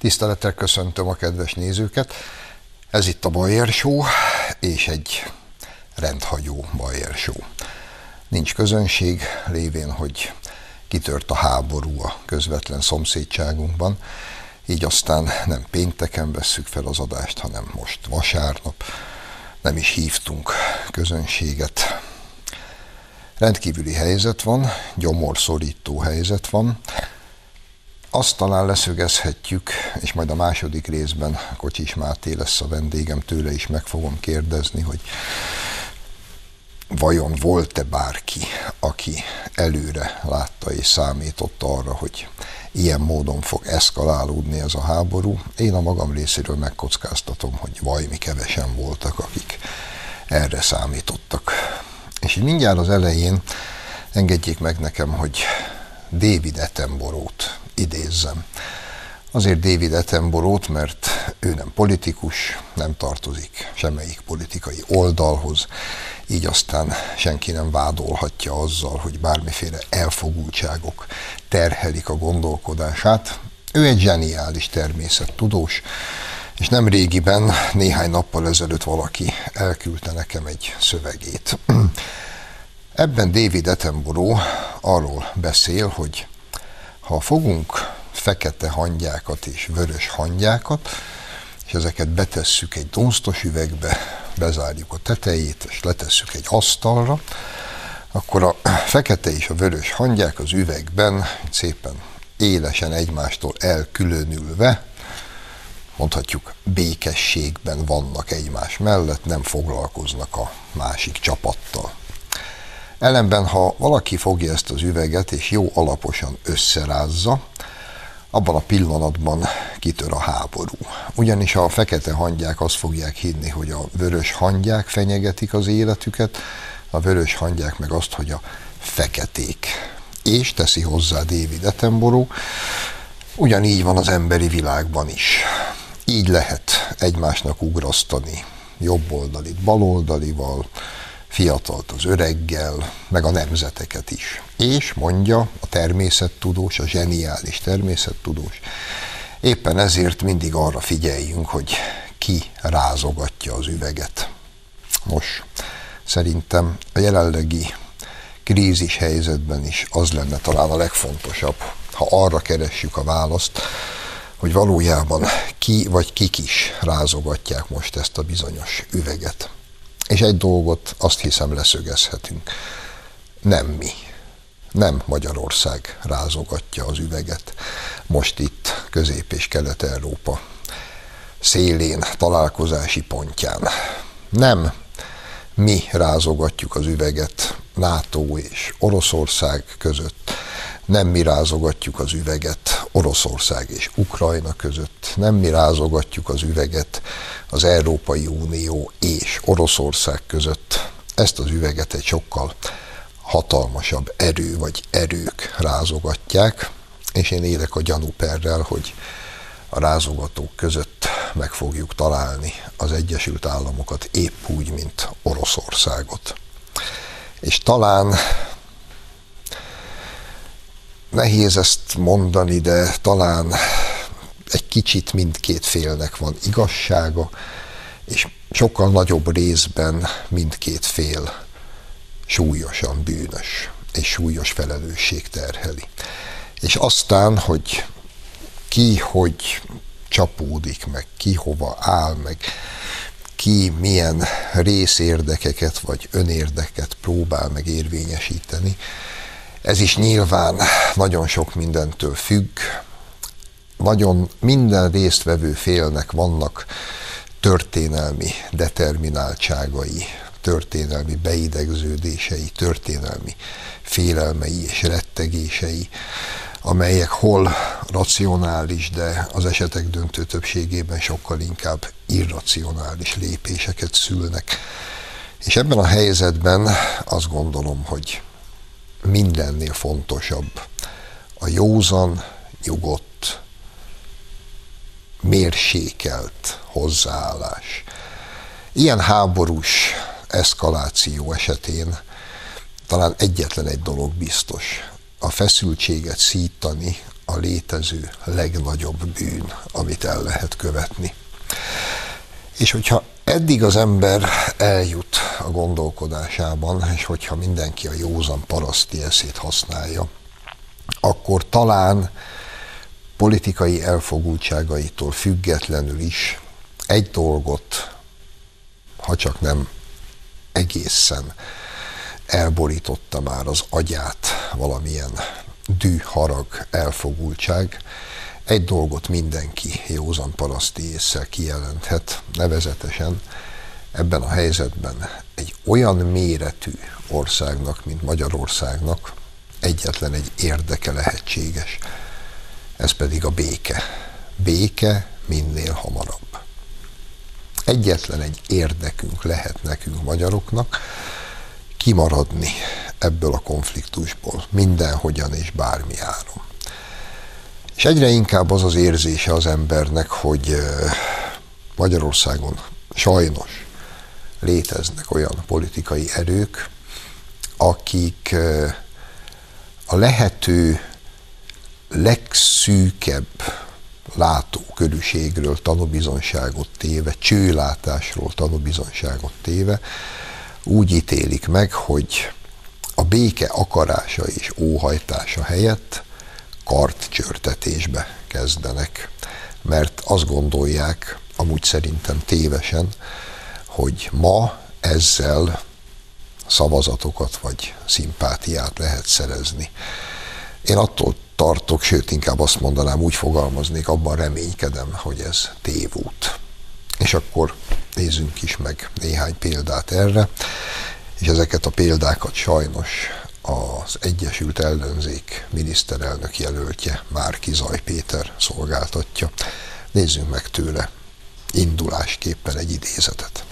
Tisztelettel köszöntöm a kedves nézőket. Ez itt a Bayer Show, és egy rendhagyó Bayer Show. Nincs közönség, lévén, hogy kitört a háború a közvetlen szomszédságunkban, így aztán nem pénteken vesszük fel az adást, hanem most vasárnap. Nem is hívtunk közönséget. Rendkívüli helyzet van, gyomorszorító helyzet van. Azt talán leszögezhetjük, és majd a második részben Kocsis Máté lesz a vendégem, tőle is meg fogom kérdezni, hogy vajon volt-e bárki, aki előre látta és számított arra, hogy ilyen módon fog eszkalálódni ez a háború. Én a magam részéről megkockáztatom, hogy vajmi kevesen voltak, akik erre számítottak. És így mindjárt az elején engedjék meg nekem, hogy David Attenborough-t idézzem. Azért David Attenborough-t, mert ő nem politikus, nem tartozik semmelyik politikai oldalhoz, így aztán senki nem vádolhatja azzal, hogy bármiféle elfogultságok terhelik a gondolkodását. Ő egy zseniális természettudós, és nem régiben, néhány nappal ezelőtt valaki elküldte nekem egy szövegét. Ebben David Attenborough arról beszél, hogy ha fogunk fekete hangyákat és vörös hangyákat, és ezeket betesszük egy dunsztos üvegbe, bezárjuk a tetejét, és letesszük egy asztalra, akkor a fekete és a vörös hangyák az üvegben szépen élesen egymástól elkülönülve, mondhatjuk békességben vannak egymás mellett, nem foglalkoznak a másik csapattal. Ellenben, ha valaki fogja ezt az üveget és jó alaposan összerázza, abban a pillanatban kitör a háború. Ugyanis a fekete hangyák azt fogják hinni, hogy a vörös hangyák fenyegetik az életüket, a vörös hangyák meg azt, hogy a feketék. És teszi hozzá David Attenborough, ugyanígy van az emberi világban is. Így lehet egymásnak ugrasztani jobboldalit baloldalival, fiatalt az öreggel, meg a nemzeteket is. És mondja a természettudós, a zseniális természettudós, éppen ezért mindig arra figyeljünk, hogy ki rázogatja az üveget. Nos, szerintem a jelenlegi krízis helyzetben is az lenne talán a legfontosabb, ha arra keressük a választ, hogy valójában ki vagy kik is rázogatják most ezt a bizonyos üveget. És egy dolgot azt hiszem leszögezhetünk. Nem mi. Nem Magyarország rázogatja az üveget. Most itt Közép- és Kelet-Európa szélén, találkozási pontján. Nem mi rázogatjuk az üveget NATO és Oroszország között. Nem mi rázogatjuk az üveget Oroszország és Ukrajna között. Nem mi rázogatjuk az üveget az Európai Unió és Oroszország között. Ezt az üveget egy sokkal hatalmasabb erő vagy erők rázogatják, és én élek a gyanúperrel, hogy a rázogatók között meg fogjuk találni az Egyesült Államokat épp úgy, mint Oroszországot. És talán nehéz ezt mondani, de talán egy kicsit mindkét félnek van igazsága, és sokkal nagyobb részben mindkét fél súlyosan bűnös, és súlyos felelősség terheli. És aztán, hogy ki hogy csapódik, meg ki hova áll, meg ki milyen részérdekeket vagy önérdeket próbál meg érvényesíteni, ez is nyilván nagyon sok mindentől függ. Nagyon minden résztvevő félnek vannak történelmi determináltságai, történelmi beidegződései, történelmi félelmei és rettegései, amelyek hol racionális, de az esetek döntő többségében sokkal inkább irracionális lépéseket szülnek. És ebben a helyzetben azt gondolom, hogy mindennél fontosabb a józan, nyugodt, mérsékelt hozzáállás. Ilyen háborús eszkaláció esetén talán egyetlen egy dolog biztos. A feszültséget szítani a létező legnagyobb bűn, amit el lehet követni. És hogyha eddig az ember eljut a gondolkodásában, és hogyha mindenki a józan paraszti eszét használja, akkor talán politikai elfogultságaitól függetlenül is egy dolgot, ha csak nem egészen elborította már az agyát valamilyen dű, harag, elfogultság, egy dolgot mindenki józan paraszti ésszel kijelenthet, nevezetesen ebben a helyzetben egy olyan méretű országnak, mint Magyarországnak egyetlen egy érdeke lehetséges, ez pedig a béke. Béke minél hamarabb. Egyetlen egy érdekünk lehet nekünk magyaroknak kimaradni ebből a konfliktusból, mindenhogyan és bármi áron. És egyre inkább az az érzése az embernek, hogy Magyarországon sajnos léteznek olyan politikai erők, akik a lehető legszűkebb látókörűségről tanúbizonyságot téve, csőlátásról tanúbizonyságot téve úgy ítélik meg, hogy a béke akarása és óhajtása helyett kartcsörtetésbe kezdenek, mert azt gondolják, amúgy szerintem tévesen, hogy ma ezzel szavazatokat vagy szimpátiát lehet szerezni. Én attól tartok, sőt inkább azt mondanám, úgy fogalmaznék, abban reménykedem, hogy ez tévút. És akkor nézzünk is meg néhány példát erre, és ezeket a példákat sajnos az Egyesült Ellenzék miniszterelnök jelöltje, Márki-Zay Péter szolgáltatja. Nézzünk meg tőle indulásképpen egy idézetet.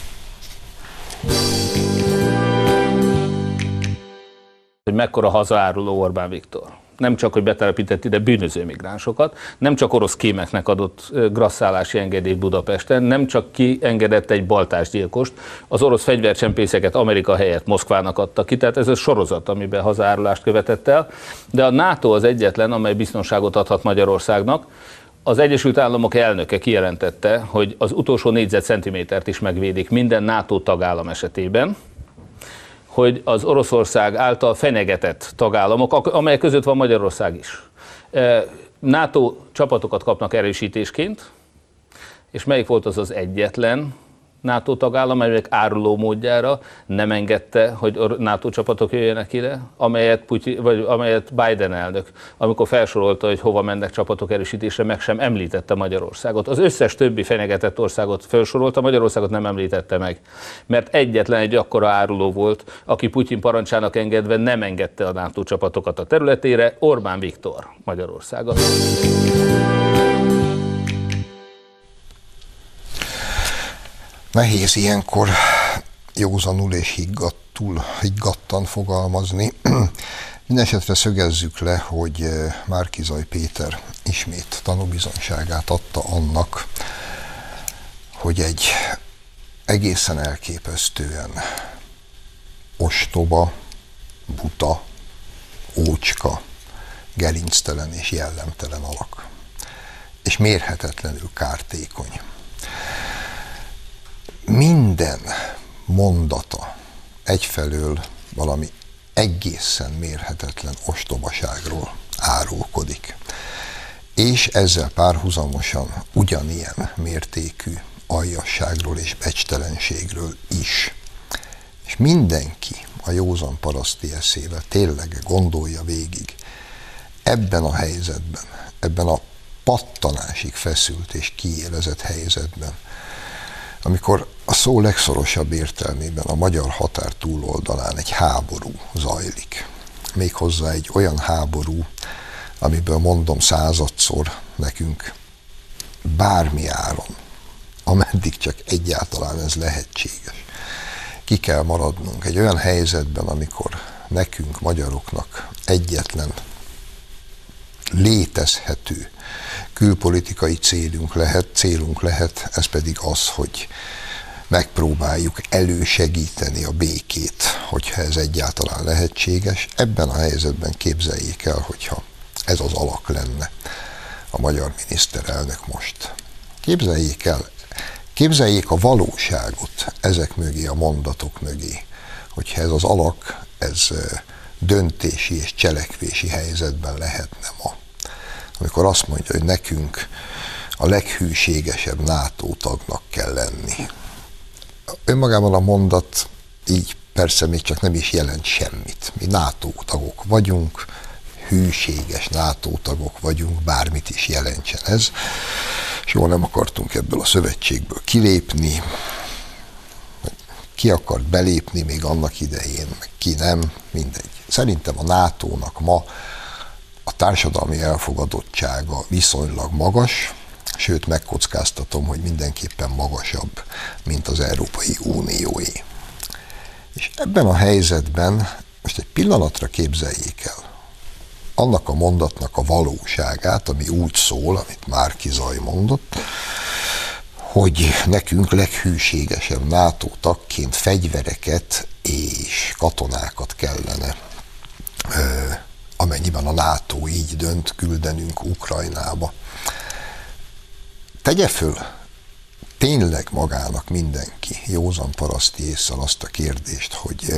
Hogy mekkora hazaáruló Orbán Viktor. Nem csak, hogy betelepített ide bűnöző migránsokat, nem csak orosz kémeknek adott grasszálási engedélyt Budapesten, nem csak kiengedett egy baltásgyilkost, az orosz fegyvercsempészeket Amerika helyett Moszkvának adta ki, tehát ez a sorozat, amiben hazaárulást követett el, de a NATO az egyetlen, amely biztonságot adhat Magyarországnak. Az Egyesült Államok elnöke kijelentette, hogy az utolsó négyzetcentimétert is megvédik minden NATO tagállam esetében, hogy az Oroszország által fenyegetett tagállamok, amelyek között van Magyarország is, NATO csapatokat kapnak erősítésként, és melyik volt az az egyetlen NATO tagállam, amelyek áruló módjára nem engedte, hogy NATO csapatok jöjjenek ide, amelyet Biden elnök, amikor felsorolta, hogy hova mennek csapatok erősítésre, meg sem említette Magyarországot. Az összes többi fenyegetett országot felsorolta, Magyarországot nem említette meg, mert egyetlen egy akkora áruló volt, aki Putyin parancsának engedve nem engedte a NATO csapatokat a területére, Orbán Viktor Magyarországot. Nehéz ilyenkor józanul és higgadtan fogalmazni. Mindenesetre szögezzük le, hogy Márki-Zay Péter ismét tanúbizonyságát adta annak, hogy egy egészen elképesztően ostoba, buta, ócska, gerinctelen és jellemtelen alak. És mérhetetlenül kártékony. Minden mondata egyfelől valami egészen mérhetetlen ostobaságról árulkodik. És ezzel párhuzamosan ugyanilyen mértékű aljasságról és becstelenségről is. És mindenki a józan paraszti eszével tényleg gondolja végig ebben a helyzetben, ebben a pattanásig feszült és kiélezett helyzetben, amikor a szó legszorosabb értelmében a magyar határ túloldalán egy háború zajlik. Méghozzá egy olyan háború, amiből mondom századszor nekünk bármi áron, ameddig csak egyáltalán ez lehetséges. Ki kell maradnunk egy olyan helyzetben, amikor nekünk, magyaroknak egyetlen létezhető külpolitikai célunk lehet, ez pedig az, hogy megpróbáljuk elősegíteni a békét, hogyha ez egyáltalán lehetséges. Ebben a helyzetben képzeljék el, hogyha ez az alak lenne a magyar miniszterelnök most. Képzeljék a valóságot ezek mögé, a mondatok mögé, hogyha ez az alak, ez döntési és cselekvési helyzetben lehetne ma. Amikor azt mondja, hogy nekünk a leghűségesebb NATO tagnak kell lenni. Önmagában a mondat így persze még csak nem is jelent semmit. Mi NATO tagok vagyunk, hűséges NATO tagok vagyunk, bármit is jelentsen ez. Soha nem akartunk ebből a szövetségből kilépni, ki akart belépni még annak idején, meg ki nem, mindegy. Szerintem a NATO-nak ma a társadalmi elfogadottsága viszonylag magas, sőt megkockáztatom, hogy mindenképpen magasabb, mint az Európai Unióé. És ebben a helyzetben most egy pillanatra képzeljék el annak a mondatnak a valóságát, ami úgy szól, amit Márki Zaj mondott, hogy nekünk leghűségesebb NATO tagként fegyvereket és katonákat kellene, amennyiben a NATO így dönt, küldenünk Ukrajnába. Tegye föl tényleg magának mindenki józan paraszti ésszel azt a kérdést, hogy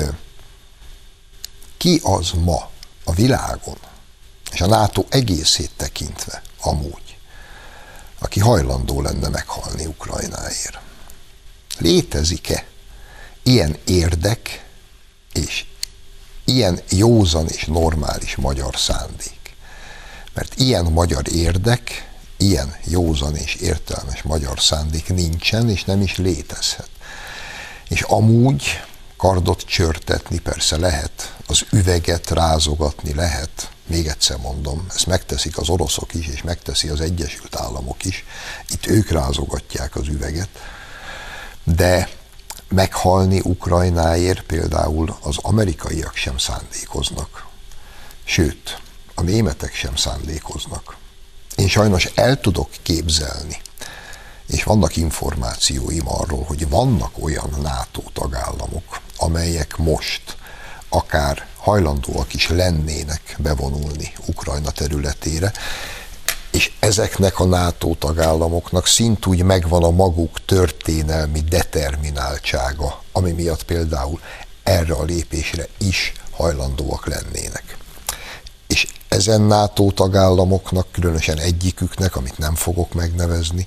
ki az ma a világon, és a NATO egészét tekintve amúgy, aki hajlandó lenne meghalni Ukrajnáért. Létezik-e ilyen érdek és ilyen józan és normális magyar szándék? Mert ilyen magyar érdek, ilyen józan és értelmes magyar szándék nincsen, és nem is létezhet. És amúgy kardot csörtetni persze lehet, az üveget rázogatni lehet, még egyszer mondom, ezt megteszik az oroszok is, és megteszi az Egyesült Államok is, itt ők rázogatják az üveget, de meghalni Ukrajnáért például az amerikaiak sem szándékoznak, sőt, a németek sem szándékoznak. Én sajnos el tudok képzelni, és vannak információim arról, hogy vannak olyan NATO tagállamok, amelyek most akár hajlandóak is lennének bevonulni Ukrajna területére, és ezeknek a NATO tagállamoknak szintúgy megvan a maguk történelmi determináltsága, ami miatt például erre a lépésre is hajlandóak lennének. És ezen NATO tagállamoknak, különösen egyiküknek, amit nem fogok megnevezni,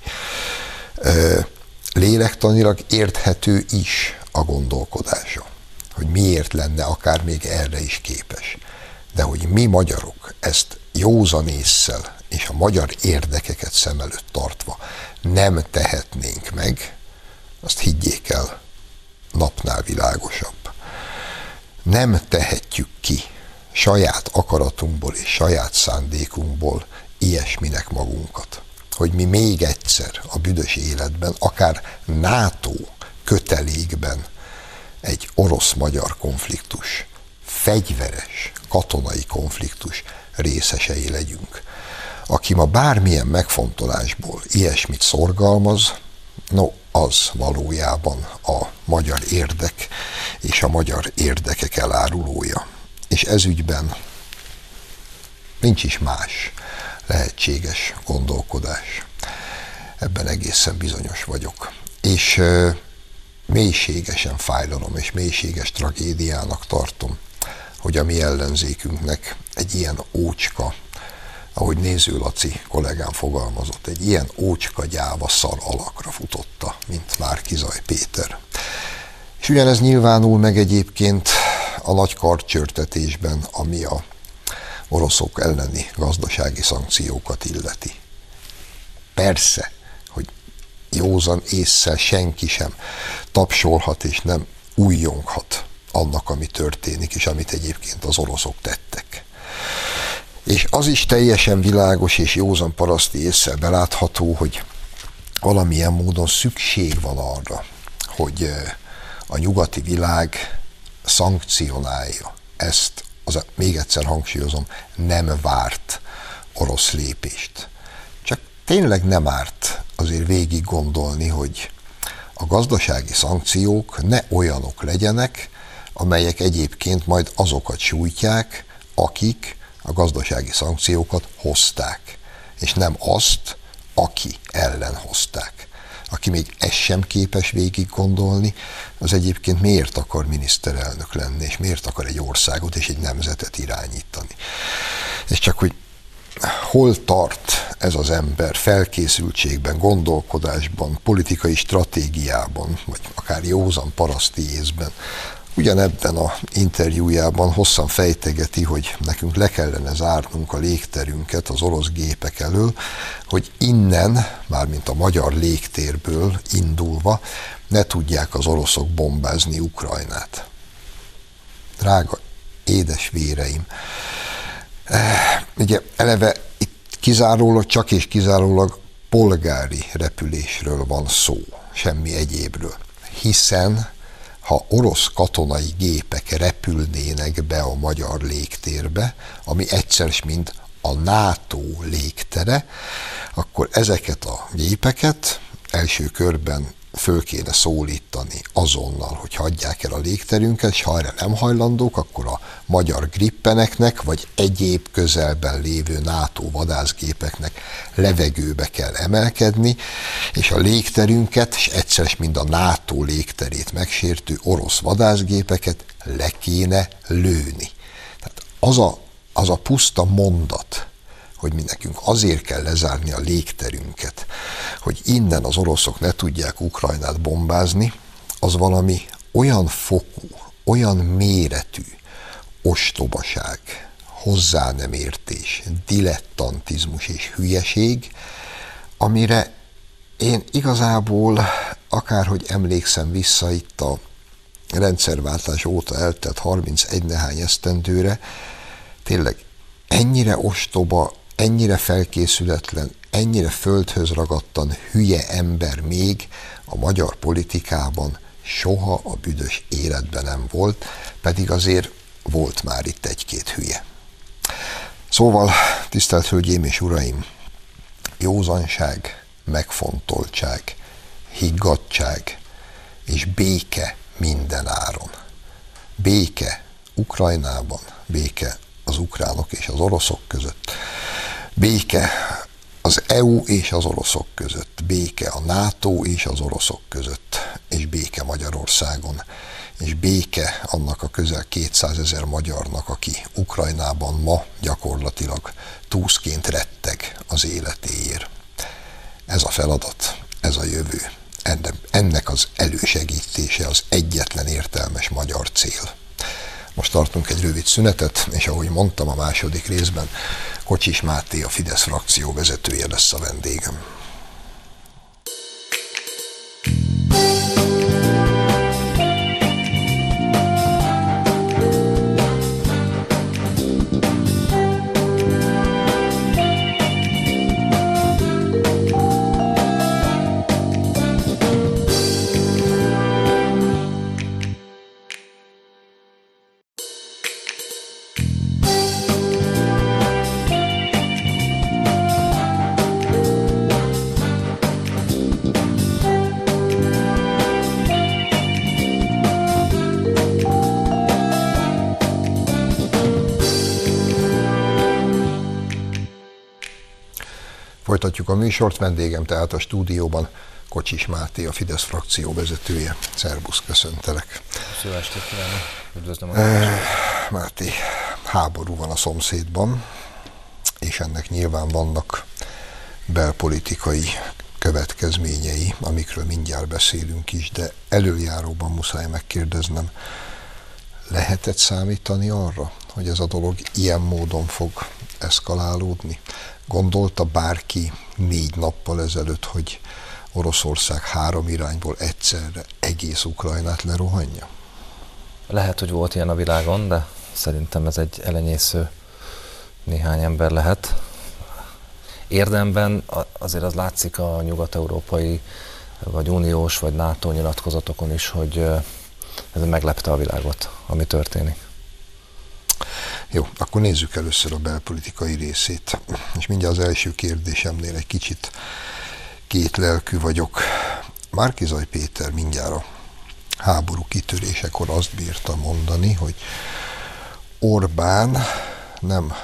lélektanilag érthető is a gondolkodása, hogy miért lenne akár még erre is képes. De hogy mi magyarok ezt józan ésszel és a magyar érdekeket szem előtt tartva nem tehetnénk meg, azt higgyék el, napnál világosabb. Nem tehetjük ki saját akaratunkból és saját szándékunkból ilyesminek magunkat, hogy mi még egyszer a büdös életben, akár NATO kötelékben egy orosz-magyar konfliktus, fegyveres, katonai konfliktus részesei legyünk. Aki ma bármilyen megfontolásból ilyesmit szorgalmaz, no, az valójában a magyar érdek és a magyar érdekek elárulója. És ez ügyben nincs is más lehetséges gondolkodás. Ebben egészen bizonyos vagyok. És mélységesen fájdalom és mélységes tragédiának tartom, hogy a mi ellenzékünknek egy ilyen ócska, ahogy Néző Laci kollégám fogalmazott, egy ilyen ócska gyáva szar alakra futotta, mint Márki Zaj Péter. És ugyanez nyilvánul meg egyébként a nagy karcsörtetésben, ami a oroszok elleni gazdasági szankciókat illeti. Persze, hogy józan ésszel senki sem tapsolhat és nem újjonghat annak, ami történik, és amit egyébként az oroszok tettek. És az is teljesen világos és józan paraszti ésszel belátható, hogy valamilyen módon szükség van arra, hogy a nyugati világ szankcionálja ezt, még egyszer hangsúlyozom, nem várt orosz lépést. Csak tényleg nem árt azért végig gondolni, hogy a gazdasági szankciók ne olyanok legyenek, amelyek egyébként majd azokat sújtják, akik a gazdasági szankciókat hozták, és nem azt, aki ellen hozták. Aki még ezt sem képes végig gondolni, az egyébként miért akar miniszterelnök lenni, és miért akar egy országot és egy nemzetet irányítani. És csak, hogy hol tart ez az ember felkészültségben, gondolkodásban, politikai stratégiában, vagy akár józan paraszti észben, ugyanebben a interjújában hosszan fejtegeti, hogy nekünk le kellene zárnunk a légterünket az orosz gépek elől, hogy innen, mármint a magyar légtérből indulva, ne tudják az oroszok bombázni Ukrajnát. Drága édes véreim, ugye eleve itt kizárólag, csak és kizárólag polgári repülésről van szó, semmi egyébről. Hiszen ha orosz katonai gépek repülnének be a magyar légtérbe, ami egyszer mint a NATO légtere, akkor ezeket a gépeket első körben föl kéne szólítani azonnal, hogy hagyják el a légterünket, és ha erre nem hajlandók, akkor a magyar grippeneknek, vagy egyéb közelben lévő NATO vadászgépeknek levegőbe kell emelkedni, és a légterünket, és egyszer mind a NATO légterét megsértő orosz vadászgépeket le kéne lőni. Tehát az a puszta mondat, hogy mi nekünk azért kell lezárni a légterünket, hogy innen az oroszok ne tudják Ukrajnát bombázni, az valami olyan fokú, olyan méretű ostobaság, hozzá nem értés, dilettantizmus és hülyeség, amire én igazából, akárhogy emlékszem vissza itt a rendszerváltás óta eltelt 31 nehány esztendőre, tényleg ennyire ostoba, ennyire felkészületlen, ennyire földhöz ragadtan hülye ember még a magyar politikában soha a büdös életben nem volt, pedig azért volt már itt egy-két hülye. Szóval, tisztelt Hölgyeim és Uraim, józanság, megfontoltság, higgadtság és béke minden áron. Béke Ukrajnában, béke az ukránok és az oroszok között, béke az EU és az oroszok között, béke a NATO és az oroszok között, és béke Magyarországon, és béke annak a közel 200 000 magyarnak, aki Ukrajnában ma gyakorlatilag túszként retteg az életéért. Ez a feladat, ez a jövő. Ennek az elősegítése az egyetlen értelmes magyar cél. Most tartunk egy rövid szünetet, és ahogy mondtam, a második részben Kocsis Máté, a Fidesz frakció vezetője lesz a vendégem. Folytatjuk a műsort, vendégem tehát a stúdióban Kocsis Máté, a Fidesz frakció vezetője. Szerbusz, köszöntelek. Jó estét kívánok, üdvözlöm a Máté, háború van a szomszédban, és ennek nyilván vannak belpolitikai következményei, amikről mindjárt beszélünk is, de előjáróban muszáj megkérdeznem, lehetett számítani arra, hogy ez a dolog ilyen módon fog eszkalálódni? Gondolta bárki 4 nappal ezelőtt, hogy Oroszország 3 irányból egyszerre egész Ukrajnát lerohanja? Lehet, hogy volt ilyen a világon, de szerintem ez egy elenyésző néhány ember lehet. Érdemben azért az látszik a nyugat-európai, vagy uniós, vagy NATO nyilatkozatokon is, hogy ez meglepte a világot, ami történik. Jó, akkor nézzük először a belpolitikai részét. És mindjárt az első kérdésemnél egy kicsit kétlelkű vagyok. Márki-Zay Péter mindjárt a háború kitörésekor azt bírta mondani, hogy Orbán nem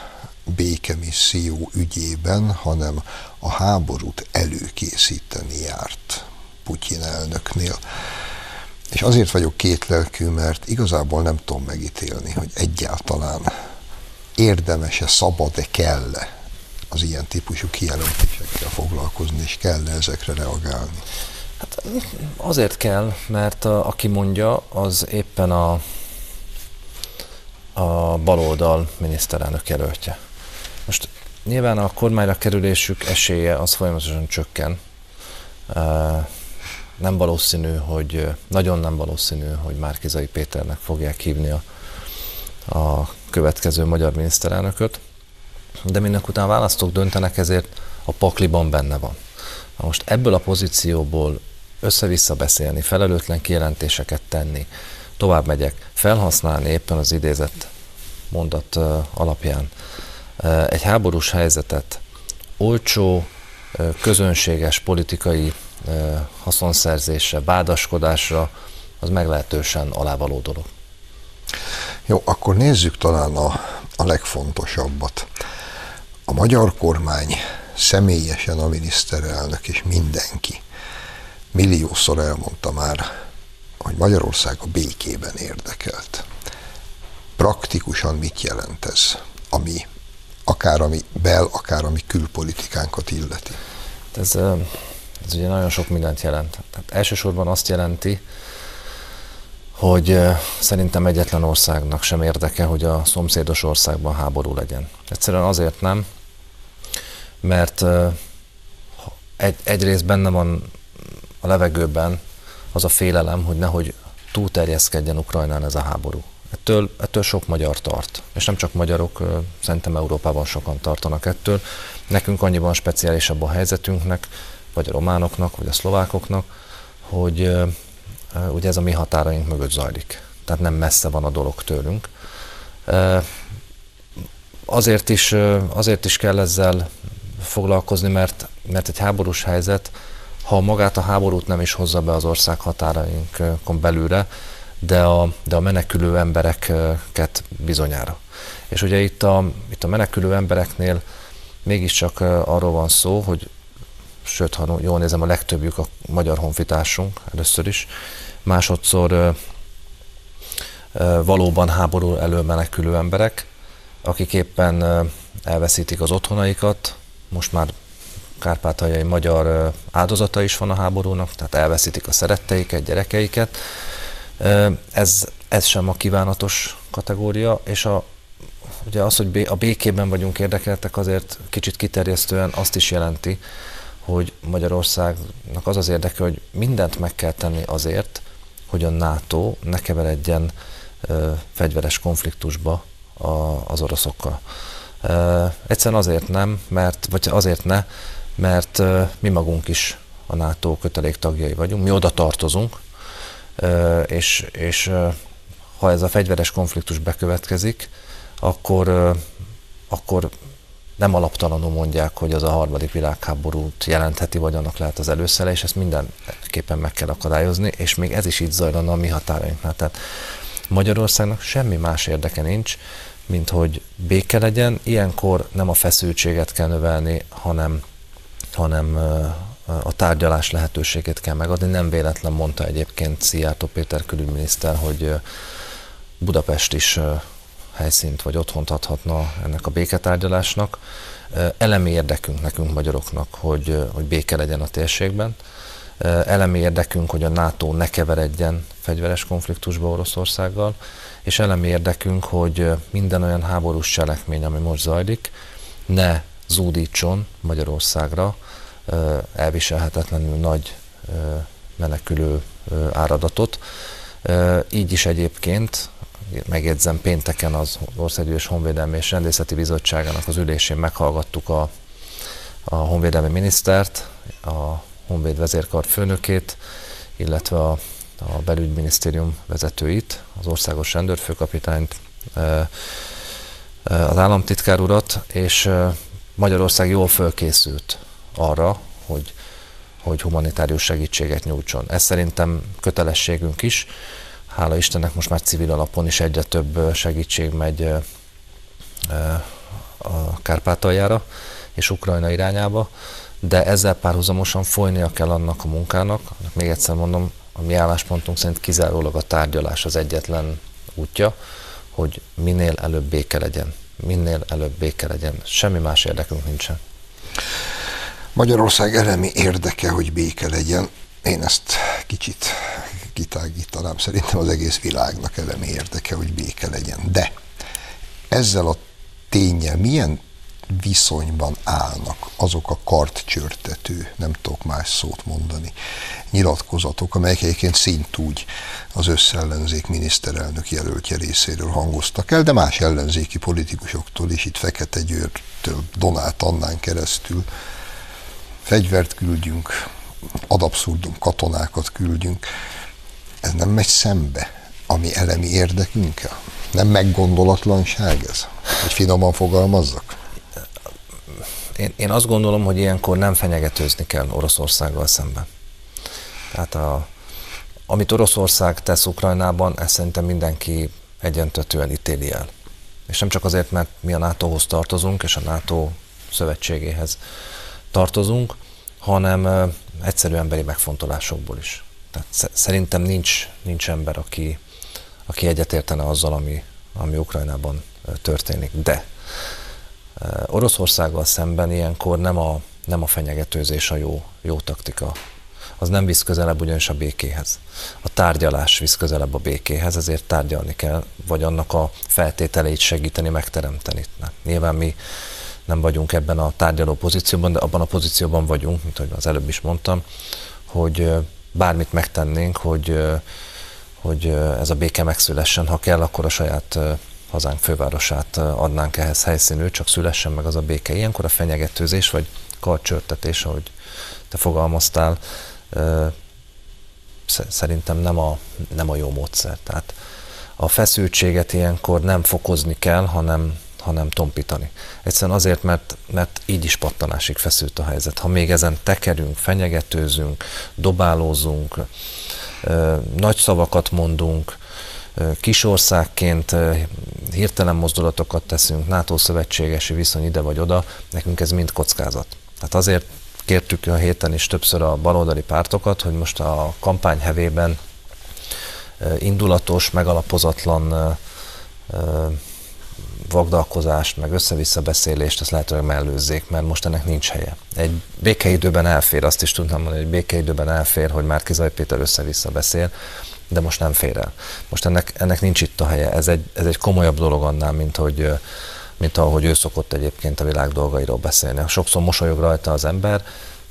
békemisszió ügyében, hanem a háborút előkészíteni járt Putyin elnöknél. És azért vagyok kétlelkű, mert igazából nem tudom megítélni, hogy egyáltalán érdemes-e, szabad-e, kell-e az ilyen típusú kijelentésekkel foglalkozni, és kell-e ezekre reagálni. Hát azért kell, mert aki mondja, az éppen a baloldal miniszterelnök jelöltje. Most nyilván a kormányra kerülésük esélye az folyamatosan csökken. Nem valószínű, nagyon nem valószínű, hogy Márki-Zay Péternek fogják hívni a következő magyar miniszterelnököt, de mindnek után választók döntenek, ezért a pakliban benne van. Na most ebből a pozícióból össze-vissza beszélni, felelőtlen kijelentéseket tenni, tovább megyek, felhasználni éppen az idézett mondat alapján egy háborús helyzetet olcsó, közönséges politikai haszonszerzésre, vádaskodásra, az meglehetősen alávaló dolog. Jó, akkor nézzük talán a legfontosabbat. A magyar kormány, személyesen a miniszterelnök és mindenki milliószor elmondta már, hogy Magyarország a békében érdekelt. Praktikusan mit jelent ez, akár ami akár ami külpolitikánkat illeti? Ez ugye nagyon sok mindent jelent. Tehát elsősorban azt jelenti, hogy szerintem egyetlen országnak sem érdeke, hogy a szomszédos országban háború legyen. Egyszerűen azért nem, mert egyrészt benne van a levegőben az a félelem, hogy nehogy túlterjeszkedjen Ukrajnán ez a háború. Ettől sok magyar tart. És nem csak magyarok, szerintem Európában sokan tartanak ettől. Nekünk annyiban speciálisabb a helyzetünknek, vagy a románoknak, vagy a szlovákoknak, hogy ugye ez a mi határaink mögött zajlik. Tehát nem messze van a dolog tőlünk. Azért is kell ezzel foglalkozni, mert egy háborús helyzet, ha magát a háborút nem is hozza be az ország határainkon belülre, de a menekülő embereket bizonyára. És ugye itt a menekülő embereknél mégiscsak arról van szó, hogy sőt, ha jól nézem, a legtöbbjük a magyar honfitársunk először is, másodszor valóban háború elől menekülő emberek, akik éppen elveszítik az otthonaikat, most már kárpátaljai magyar áldozata is van a háborúnak, tehát elveszítik a szeretteiket, gyerekeiket. Ez sem a kívánatos kategória, és ugye az, hogy a békében vagyunk érdekeltek, azért kicsit kiterjesztően azt is jelenti, hogy Magyarországnak az az érdeke, hogy mindent meg kell tenni azért, hogy a NATO ne keveredjen fegyveres konfliktusba az oroszokkal. Egyszerűen azért nem, mert mi magunk is a NATO köteléktagjai vagyunk, mi oda tartozunk, és ha ez a fegyveres konfliktus bekövetkezik, akkor nem alaptalanul mondják, hogy az a harmadik világháborút jelentheti, vagy annak lehet az előszele, és ezt mindenképpen meg kell akadályozni, és még ez is így zajlana a mi határainknál. Tehát Magyarországnak semmi más érdeke nincs, mint hogy béke legyen. Ilyenkor nem a feszültséget kell növelni, hanem a tárgyalás lehetőségét kell megadni. Nem véletlen mondta egyébként Szijjártó Péter külügyminiszter, hogy Budapest is helyszínt vagy otthont adhatna ennek a béketárgyalásnak. Elemi érdekünk nekünk magyaroknak, hogy béke legyen a térségben. Elemi érdekünk, hogy a NATO ne keveredjen fegyveres konfliktusba Oroszországgal, és elemi érdekünk, hogy minden olyan háborús cselekmény, ami most zajlik, ne zúdítson Magyarországra elviselhetetlenül nagy menekülő áradatot. Így is egyébként, megjegyzem, pénteken az Országgyűlés Honvédelmi és Rendészeti Bizottságának az ülésén meghallgattuk a honvédelmi minisztert, a Honvéd vezérkar főnökét, illetve a belügyminisztérium vezetőit, az országos rendőrfőkapitányt, az államtitkár urat, és Magyarország jól fölkészült arra, hogy humanitárius segítséget nyújtson. Ez szerintem kötelességünk is. Hála Istennek most már civil alapon is egyre több segítség megy a Kárpátaljára és Ukrajna irányába, de ezzel párhuzamosan folynia kell annak a munkának, még egyszer mondom, a mi álláspontunk szerint kizárólag a tárgyalás az egyetlen útja, hogy minél előbb béke legyen. Minél előbb béke legyen. Semmi más érdekünk nincsen. Magyarország elemi érdeke, hogy béke legyen. Én ezt kicsit kitágítanám. Szerintem az egész világnak elemi érdeke, hogy béke legyen. De ezzel a ténnyel milyen viszonyban állnak azok a kartcsörtető, nem tudok más szót mondani, nyilatkozatok, amelyek egyébként szintúgy az összellenzék miniszterelnök jelöltje részéről hangoztak el, de más ellenzéki politikusoktól is, itt Fekete Győrtől Donát Annán keresztül fegyvert küldjünk, ad abszurdum katonákat küldjünk. Ez nem megy szembe a mi elemi érdekünkkel? Nem meggondolatlanság ez? Hogy finoman fogalmazzak? Én azt gondolom, hogy ilyenkor nem fenyegetőzni kell Oroszországgal szemben. Tehát amit Oroszország tesz Ukrajnában, ezt szerintem mindenki egyöntetően ítéli el. És nem csak azért, mert mi a NATO-hoz tartozunk, és a NATO szövetségéhez tartozunk, hanem egyszerű emberi megfontolásokból is. Tehát szerintem nincs ember, aki egyetértene azzal, ami Ukrajnában történik. De Oroszországgal szemben ilyenkor nem a fenyegetőzés a jó taktika. Az nem visz közelebb ugyanis a békéhez. A tárgyalás visz közelebb a békéhez, ezért tárgyalni kell, vagy annak a feltételeit segíteni, megteremteni. Nyilván mi nem vagyunk ebben a tárgyaló pozícióban, de abban a pozícióban vagyunk, mint ahogy az előbb is mondtam, hogy bármit megtennénk, hogy ez a béke megszülessen. Ha kell, akkor a saját hazánk fővárosát adnánk ehhez helyszínű, csak szülessen meg az a béke. Ilyenkor a fenyegetőzés, vagy kartcsörtetés, ahogy te fogalmaztál, szerintem nem a jó módszer. Tehát a feszültséget ilyenkor nem fokozni kell, hanem tompítani. Egyszerűen azért, mert így is pattanásig feszült a helyzet. Ha még ezen tekerünk, fenyegetőzünk, dobálózunk, nagy szavakat mondunk, kisországként hirtelen mozdulatokat teszünk, NATO szövetségesi viszony ide vagy oda, nekünk ez mind kockázat. Tehát azért kértük a héten is többször a baloldali pártokat, hogy most a kampány hevében indulatos, megalapozatlan vagdalkozást, meg össze-vissza beszélést, ezt lehetőleg mellőzzék, mert most ennek nincs helye. Egy békeidőben elfér, azt is tudnám mondani, hogy békeidőben elfér, hogy Márki-Zay Péter össze-vissza beszél, de most nem fér el. Most ennek nincs itt a helye. Ez egy komolyabb dolog annál, mint ahogy ő szokott egyébként a világ dolgairól beszélni. Sokszor mosolyog rajta az ember,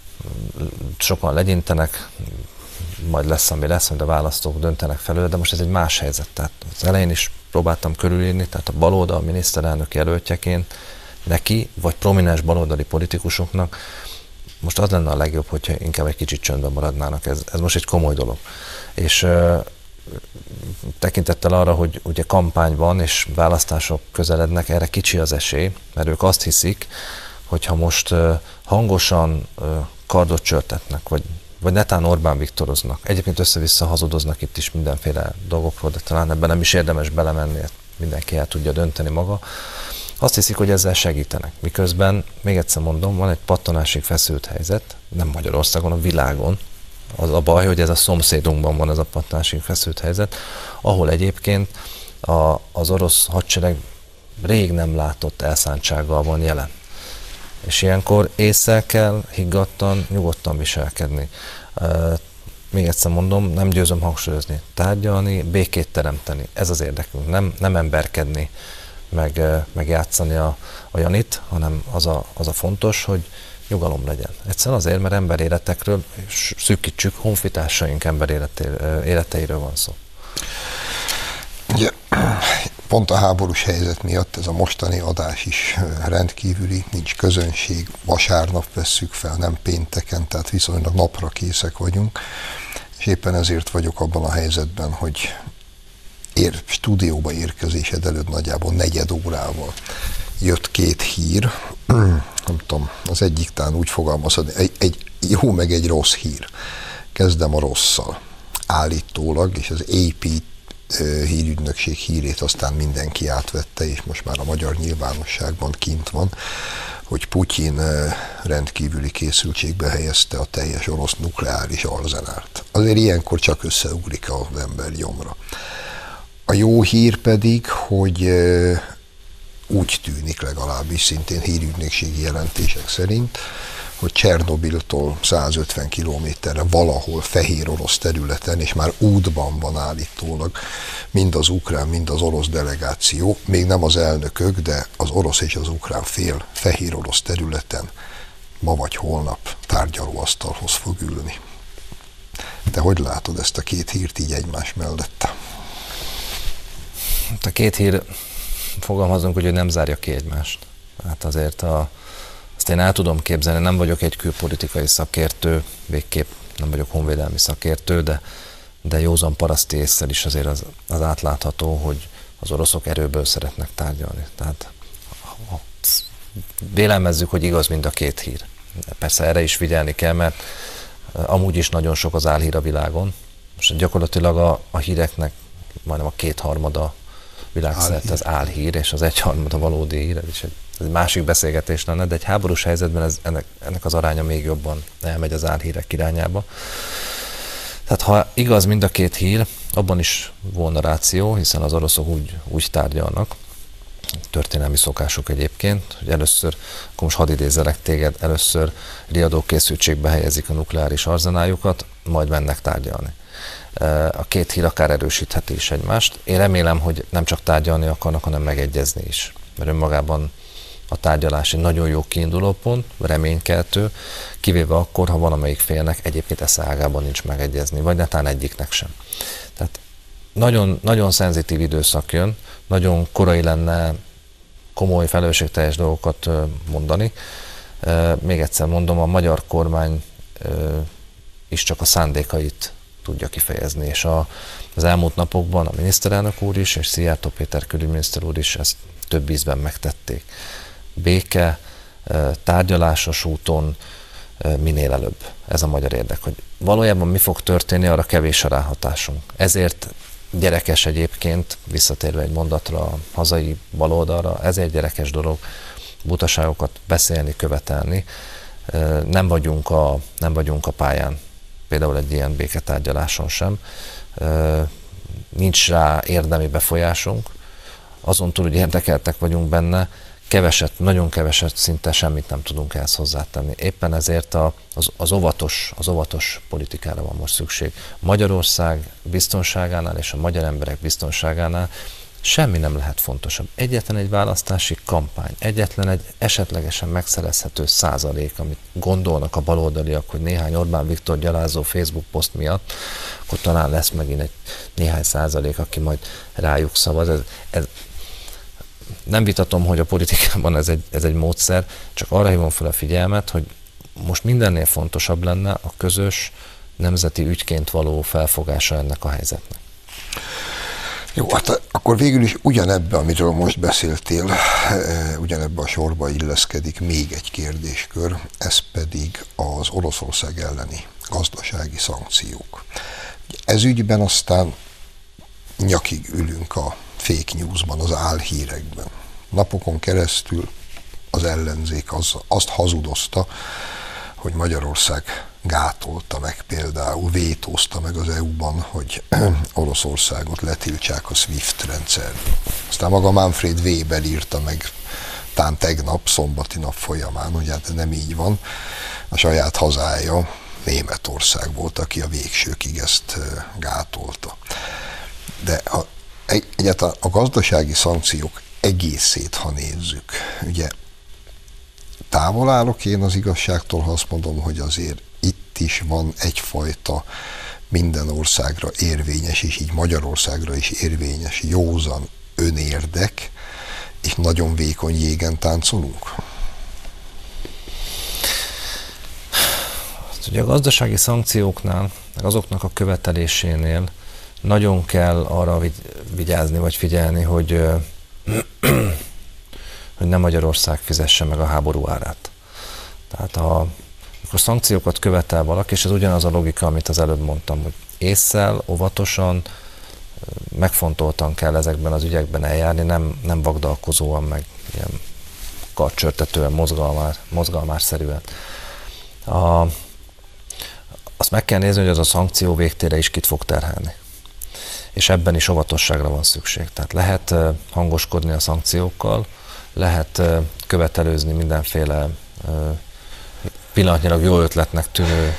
sokan legyintenek, majd lesz, ami lesz, majd a választók döntenek felőle, de most ez egy más helyzet. Tehát az elején is próbáltam körülírni, tehát a baloldal miniszterelnök jelöltjeként neki, vagy prominens baloldali politikusoknak most az lenne a legjobb, hogyha inkább egy kicsit csöndben maradnának. Ez most egy komoly dolog. És tekintettel arra, hogy ugye kampány van, és választások közelednek, erre kicsi az esély, mert ők azt hiszik, hogyha most hangosan kardot csörtetnek, vagy netán Orbán Viktoroznak. Egyébként össze-vissza hazudoznak itt is mindenféle dolgokról, de talán ebben nem is érdemes belemenni, mindenki el tudja dönteni maga. Azt hiszik, hogy ezzel segítenek. Miközben, még egyszer mondom, van egy pattanásig feszült helyzet, nem Magyarországon, a világon. Az a baj, hogy ez a szomszédunkban van ez a pattanásig feszült helyzet, ahol egyébként az orosz hadsereg rég nem látott elszántsággal van jelen. És ilyenkor ésszel kell higgadtan, nyugodtan viselkedni. Még egyszer mondom, nem győzöm hangsúlyozni. Tárgyalni, békét teremteni. Ez az érdekünk. Nem emberkedni, meg játszani a Janit, hanem az a fontos, hogy nyugalom legyen. Egyszerűen azért, mert emberéletekről, szűkítsük, honfitársaink életeiről van szó. Ugye, pont a háborús helyzet miatt ez a mostani adás is rendkívüli, nincs közönség, vasárnap vesszük fel, nem pénteken, tehát viszonylag napra készek vagyunk, és éppen ezért vagyok abban a helyzetben, hogy stúdióba érkezésed előtt nagyjából 4 órával jött 2 hír, nem tudom, az egyik talán úgy fogalmazod, egy jó meg egy rossz hír. Kezdem a rosszal. Állítólag, és az AP hírügynökség hírét aztán mindenki átvette, és most már a magyar nyilvánosságban kint van, hogy Putyin rendkívüli készültségbe helyezte a teljes orosz nukleáris arzenált. Azért ilyenkor csak összeugrik az ember gyomra. A jó hír pedig, hogy úgy tűnik legalábbis, szintén hírügynökségi jelentések szerint, hogy Csernobiltól 150 kilométerre valahol fehér orosz területen, és már útban van állítólag mind az ukrán, mind az orosz delegáció, még nem az elnökök, de az orosz és az ukrán fél fehér orosz területen ma vagy holnap tárgyalóasztalhoz fog ülni. Te hogy látod ezt a két hírt így egymás mellett? A két hír, fogalmazunk, hogy nem zárja ki egymást. Hát azért azt én el tudom képzelni, nem vagyok egy külpolitikai szakértő, végképp nem vagyok honvédelmi szakértő, de józan paraszti ésszel is azért az átlátható, hogy az oroszok erőből szeretnek tárgyalni. Tehát vélelmezzük, hogy igaz mind a két hír. Persze erre is figyelni kell, mert amúgy is nagyon sok az álhír a világon. Most gyakorlatilag a híreknek majdnem a kétharmada világszerte az álhír, és az egyharmada valódi hír. Ez is egy másik beszélgetés lenne, de egy háborús helyzetben ennek az aránya még jobban elmegy az álhírek irányába. Tehát ha igaz mind a két hír, abban is volna ráció, hiszen az oroszok úgy tárgyalnak, történelmi szokásuk egyébként, hogy először, akkor most hadd idézzelek téged, először riadó készültségbe helyezik a nukleáris arzenáljukat, majd mennek tárgyalni. A két hír akár erősítheti is egymást. Én remélem, hogy nem csak tárgyalni akarnak, hanem megegyezni is. Mert önmagában a tárgyalás egy nagyon jó kiindulópont, reménykeltő, kivéve akkor, ha valamelyik félnek egyébként esze ágában nincs megegyezni, vagy netán egyiknek sem. Tehát nagyon, nagyon szenzitív időszak jön, nagyon korai lenne komoly, felelősségteljes dolgokat mondani. Még egyszer mondom, a magyar kormány is csak a szándékait tudja kifejezni, és az elmúlt napokban a miniszterelnök úr is, és Szijjártó Péter külügyminiszter úr is ezt több ízben megtették. Béke, tárgyalásos úton minél előbb. Ez a magyar érdek, hogy valójában mi fog történni, arra kevés a ráhatásunk. Ezért gyerekes egyébként, visszatérve egy mondatra a hazai baloldalra, ezért gyerekes dolog butaságokat beszélni, követelni. Nem vagyunk a pályán, például egy ilyen béketárgyaláson sem. Nincs rá érdemi befolyásunk, azon túl, hogy érdekeltek vagyunk benne, nagyon keveset, szinte semmit nem tudunk ehhez hozzátenni. Éppen ezért az óvatos politikára van most szükség. Magyarország biztonságánál és a magyar emberek biztonságánál semmi nem lehet fontosabb. Egyetlen egy választási kampány, egyetlen egy esetlegesen megszerezhető százalék, amit gondolnak a baloldaliak, hogy néhány Orbán Viktor gyalázó Facebook poszt miatt, akkor talán lesz megint egy néhány százalék, aki majd rájuk szavaz. Nem vitatom, hogy a politikában ez egy módszer, csak arra hívom fel a figyelmet, hogy most mindennél fontosabb lenne a közös nemzeti ügyként való felfogása ennek a helyzetnek. Jó, hát akkor végül is ugyanebbe, amiről most beszéltél, ugyanebbe a sorba illeszkedik még egy kérdéskör, ez pedig az Oroszország elleni gazdasági szankciók. Ez ügyben aztán nyakig ülünk a fake newsban, az álhírekben. Napokon keresztül az ellenzék azt hazudozta, hogy Magyarország gátolta meg például, vétózta meg az EU-ban, hogy Oroszországot letiltsák a SWIFT rendszerből. Aztán maga Manfred Weber írta meg tán tegnap, szombati nap folyamán, hogy hát ez nem így van. A saját hazája, Németország volt, aki a végsőkig ezt gátolta. De egyáltalán a gazdasági szankciók egészét, ha nézzük, ugye távol állok én az igazságtól, ha azt mondom, hogy azért itt is van egyfajta minden országra érvényes, és így Magyarországra is érvényes józan önérdek, és nagyon vékony jégen táncolunk? Ugye a gazdasági szankcióknál, azoknak a követelésénél nagyon kell arra vigyázni, vagy figyelni, hogy nem Magyarország fizesse meg a háború árát. Tehát amikor szankciókat követel valaki, és ez ugyanaz a logika, amit az előbb mondtam, hogy ésszel, óvatosan, megfontoltan kell ezekben az ügyekben eljárni, nem vagdalkozóan, meg ilyen karcsörtetően, mozgalmásszerűen. Azt meg kell nézni, hogy az a szankció végtére is kit fog terhelni. És ebben is óvatosságra van szükség. Tehát lehet hangoskodni a szankciókkal, lehet követelőzni mindenféle pillanatnyilag jó ötletnek tűnő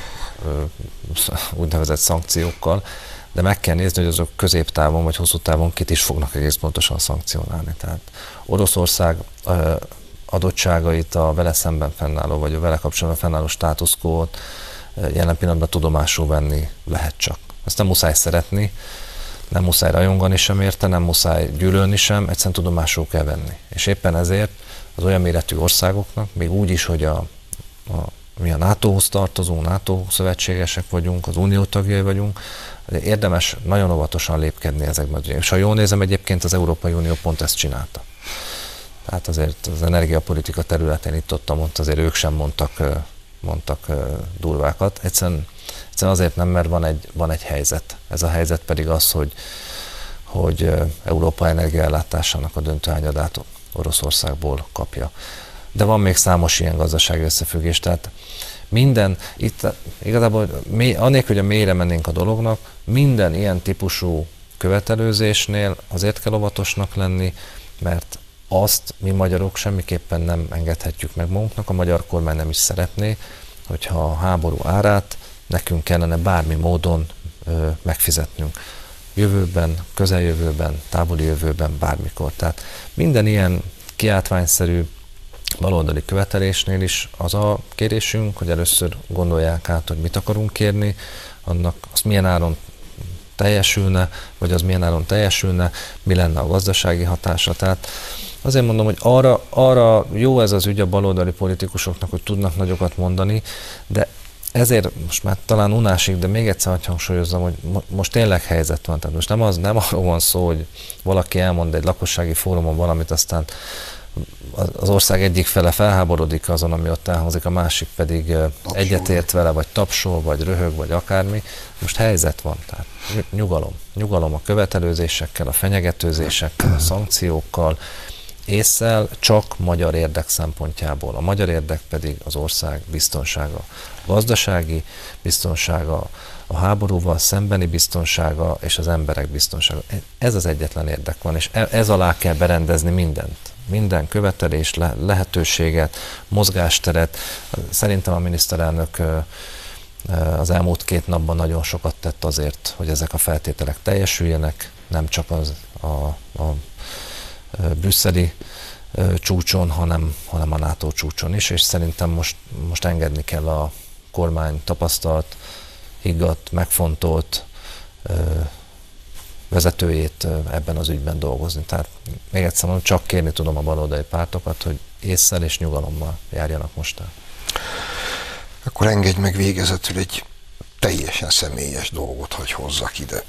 úgynevezett szankciókkal, de meg kell nézni, hogy azok középtávon vagy hosszú távon kit is fognak egész pontosan szankcionálni. Tehát Oroszország adottságait, a vele szemben fennálló, vagy a vele kapcsolatban fennálló státuszkót jelen pillanatban tudomásul venni lehet csak. Ezt nem muszáj szeretni, nem muszáj rajongani sem érte, nem muszáj gyűlölni sem, egyszerűen tudomásul kell venni. És éppen ezért az olyan méretű országoknak, még úgy is, hogy mi a NATO-hoz tartozunk, NATO szövetségesek vagyunk, az unió tagjai vagyunk, érdemes nagyon óvatosan lépkedni ezekben. És ha jól nézem, egyébként az Európai Unió pont ezt csinálta. Tehát azért az energiapolitika területén itt-ott azért ők sem mondtak durvákat. Egyszerűen azért nem, mert van egy helyzet. Ez a helyzet pedig az, hogy Európa energiaellátásának a döntő hányadát Oroszországból kapja. De van még számos ilyen gazdasági összefüggés, tehát itt igazából anélkül, hogy a mélyre mennénk a dolognak, minden ilyen típusú követelőzésnél azért kell óvatosnak lenni, mert azt mi magyarok semmiképpen nem engedhetjük meg magunknak, a magyar kormány nem is szeretné, hogyha a háború árát nekünk kellene bármi módon megfizetnünk. Jövőben, közeljövőben, távoli jövőben, bármikor. Tehát minden ilyen kiáltványszerű baloldali követelésnél is az a kérésünk, hogy először gondolják át, hogy mit akarunk kérni, annak az milyen áron teljesülne, vagy az milyen áron teljesülne, mi lenne a gazdasági hatása. Tehát azért mondom, hogy arra jó ez az ügy a baloldali politikusoknak, hogy tudnak nagyokat mondani, de ezért most már talán unásig, de még egyszer hadd hangsúlyozzam, hogy most tényleg helyzet van. Tehát most nem arról van szó, hogy valaki elmond egy lakossági fórumon valamit, aztán az ország egyik fele felháborodik azon, ami ott elhangzik, a másik pedig egyetért vele, vagy tapsol, vagy röhög, vagy akármi. Most helyzet van, tehát nyugalom a követelőzésekkel, a fenyegetőzésekkel, a szankciókkal, ésszel csak magyar érdek szempontjából. A magyar érdek pedig az ország biztonsága. A gazdasági biztonsága, a háborúval szembeni biztonsága és az emberek biztonsága. Ez az egyetlen érdek van, és ez alá kell berendezni mindent. Minden követelés, lehetőséget, mozgásteret. Szerintem a miniszterelnök az elmúlt 2 napban nagyon sokat tett azért, hogy ezek a feltételek teljesüljenek, nem csak a brüsszeli csúcson, hanem a NATO csúcson is, és szerintem most engedni kell a kormány tapasztalt, higgadt, megfontolt vezetőjét ebben az ügyben dolgozni. Tehát még egyszer mondom, csak kérni tudom a baloldali pártokat, hogy ésszel és nyugalommal járjanak most el. Akkor engedj meg végezetül egy teljesen személyes dolgot, hogy hozzak ide.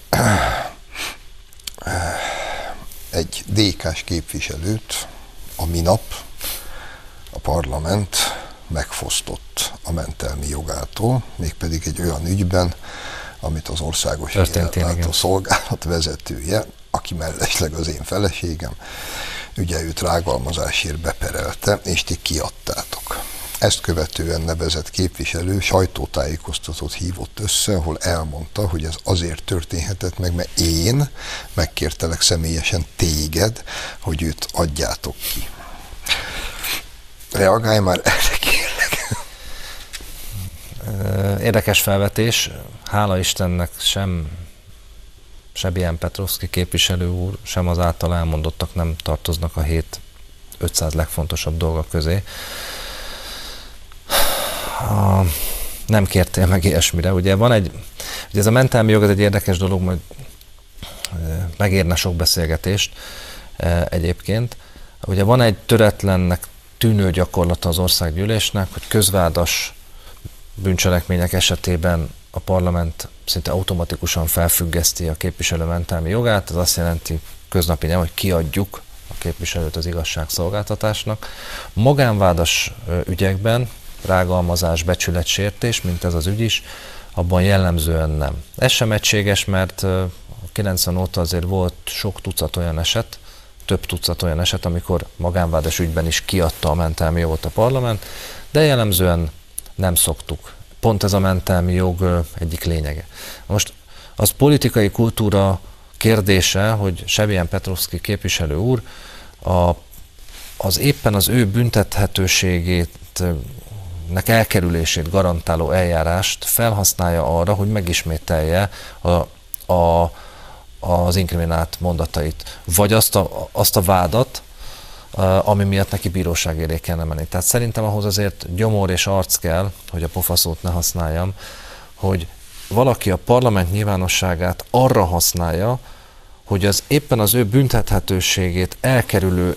Egy DK-s képviselőt a minap a parlament megfosztott a mentelmi jogától, mégpedig egy olyan ügyben, amit az Országos Hírellátó Szolgálat vezetője, aki mellesleg az én feleségem, ugye őt rágalmazásért beperelte, és ti kiadtátok. Ezt követően nevezett képviselő sajtótájékoztatót hívott össze, ahol elmondta, hogy ez azért történhetett meg, mert én megkértelek személyesen téged, hogy őt adjátok ki. Reagálj már erre, kérlek. Érdekes felvetés. Hála Istennek sem Sebien Petrovszky képviselő úr, sem az által elmondottak nem tartoznak a 500 legfontosabb dolgok közé. Nem kértél meg ilyesmire. Ugye ez a mentelmi jog, ez egy érdekes dolog, majd megérne sok beszélgetést egyébként. Ugye van egy töretlennek tűnő gyakorlata az országgyűlésnek, hogy közvádas bűncselekmények esetében a parlament szinte automatikusan felfüggeszti a képviselő mentelmi jogát. Ez azt jelenti köznapi nyelven, hogy kiadjuk a képviselőt az igazságszolgáltatásnak. Magánvádas ügyekben rágalmazás, becsületsértés, mint ez az ügy is, abban jellemzően nem. Ez sem egységes, mert a 90 óta azért volt sok tucat olyan eset, több tucat olyan eset, amikor magánvádas ügyben is kiadta a mentelmi jogot a parlament, de jellemzően nem szoktuk. Pont ez a mentelmi jog egyik lényege. Most az politikai kultúra kérdése, hogy Sebien Petrovszky képviselő úr az éppen az ő büntethetőségét, elkerülését garantáló eljárást felhasználja arra, hogy megismételje az inkriminált mondatait, vagy azt a vádat, ami miatt neki bíróság elé kellene menni. Tehát szerintem ahhoz azért gyomor és arc kell, hogy a pofaszót ne használjam, hogy valaki a parlament nyilvánosságát arra használja, hogy éppen az ő büntethetőségét elkerülő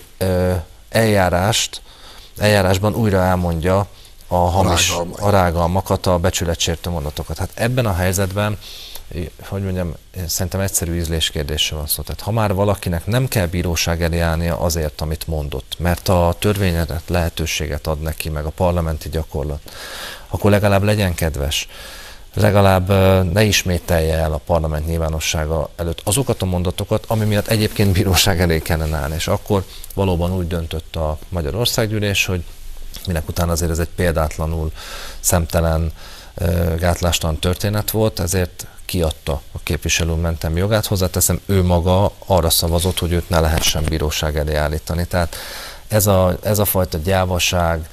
eljárásban újra elmondja a rágalmakat, a becsületsértő mondatokat. Hát ebben a helyzetben, hogy mondjam, szerintem egyszerű ízléskérdésről van szó. Tehát ha már valakinek nem kell bíróság elé állnia azért, amit mondott, mert a törvényezett lehetőséget ad neki, meg a parlamenti gyakorlat, akkor legalább legyen kedves, legalább ne ismételje el a parlament nyilvánossága előtt azokat a mondatokat, ami miatt egyébként bíróság elé kellene állni. És akkor valóban úgy döntött a Magyar Országgyűlés, hogy minek után azért ez egy példátlanul szemtelen, gátlástalan történet volt, ezért kiadta a képviselő mentelmi jogát. Hozzáteszem, ő maga arra szavazott, hogy őt ne lehessen bíróság elé állítani. Tehát ez a fajta gyávaság,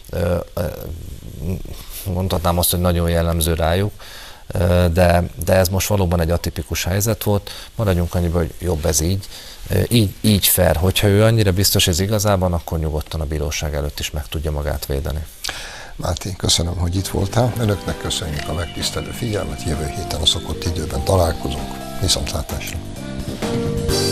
mondhatnám azt, hogy nagyon jellemző rájuk, de ez most valóban egy atipikus helyzet volt. Maradjunk annyiban, hogy jobb ez így fair. Hogyha ő annyira biztos ez igazában, akkor nyugodtan a bíróság előtt is meg tudja magát védeni. Máté, köszönöm, hogy itt voltál. Önöknek köszönjük a megtisztelő figyelmet. Jövő héten a szokott időben találkozunk. Viszontlátásra!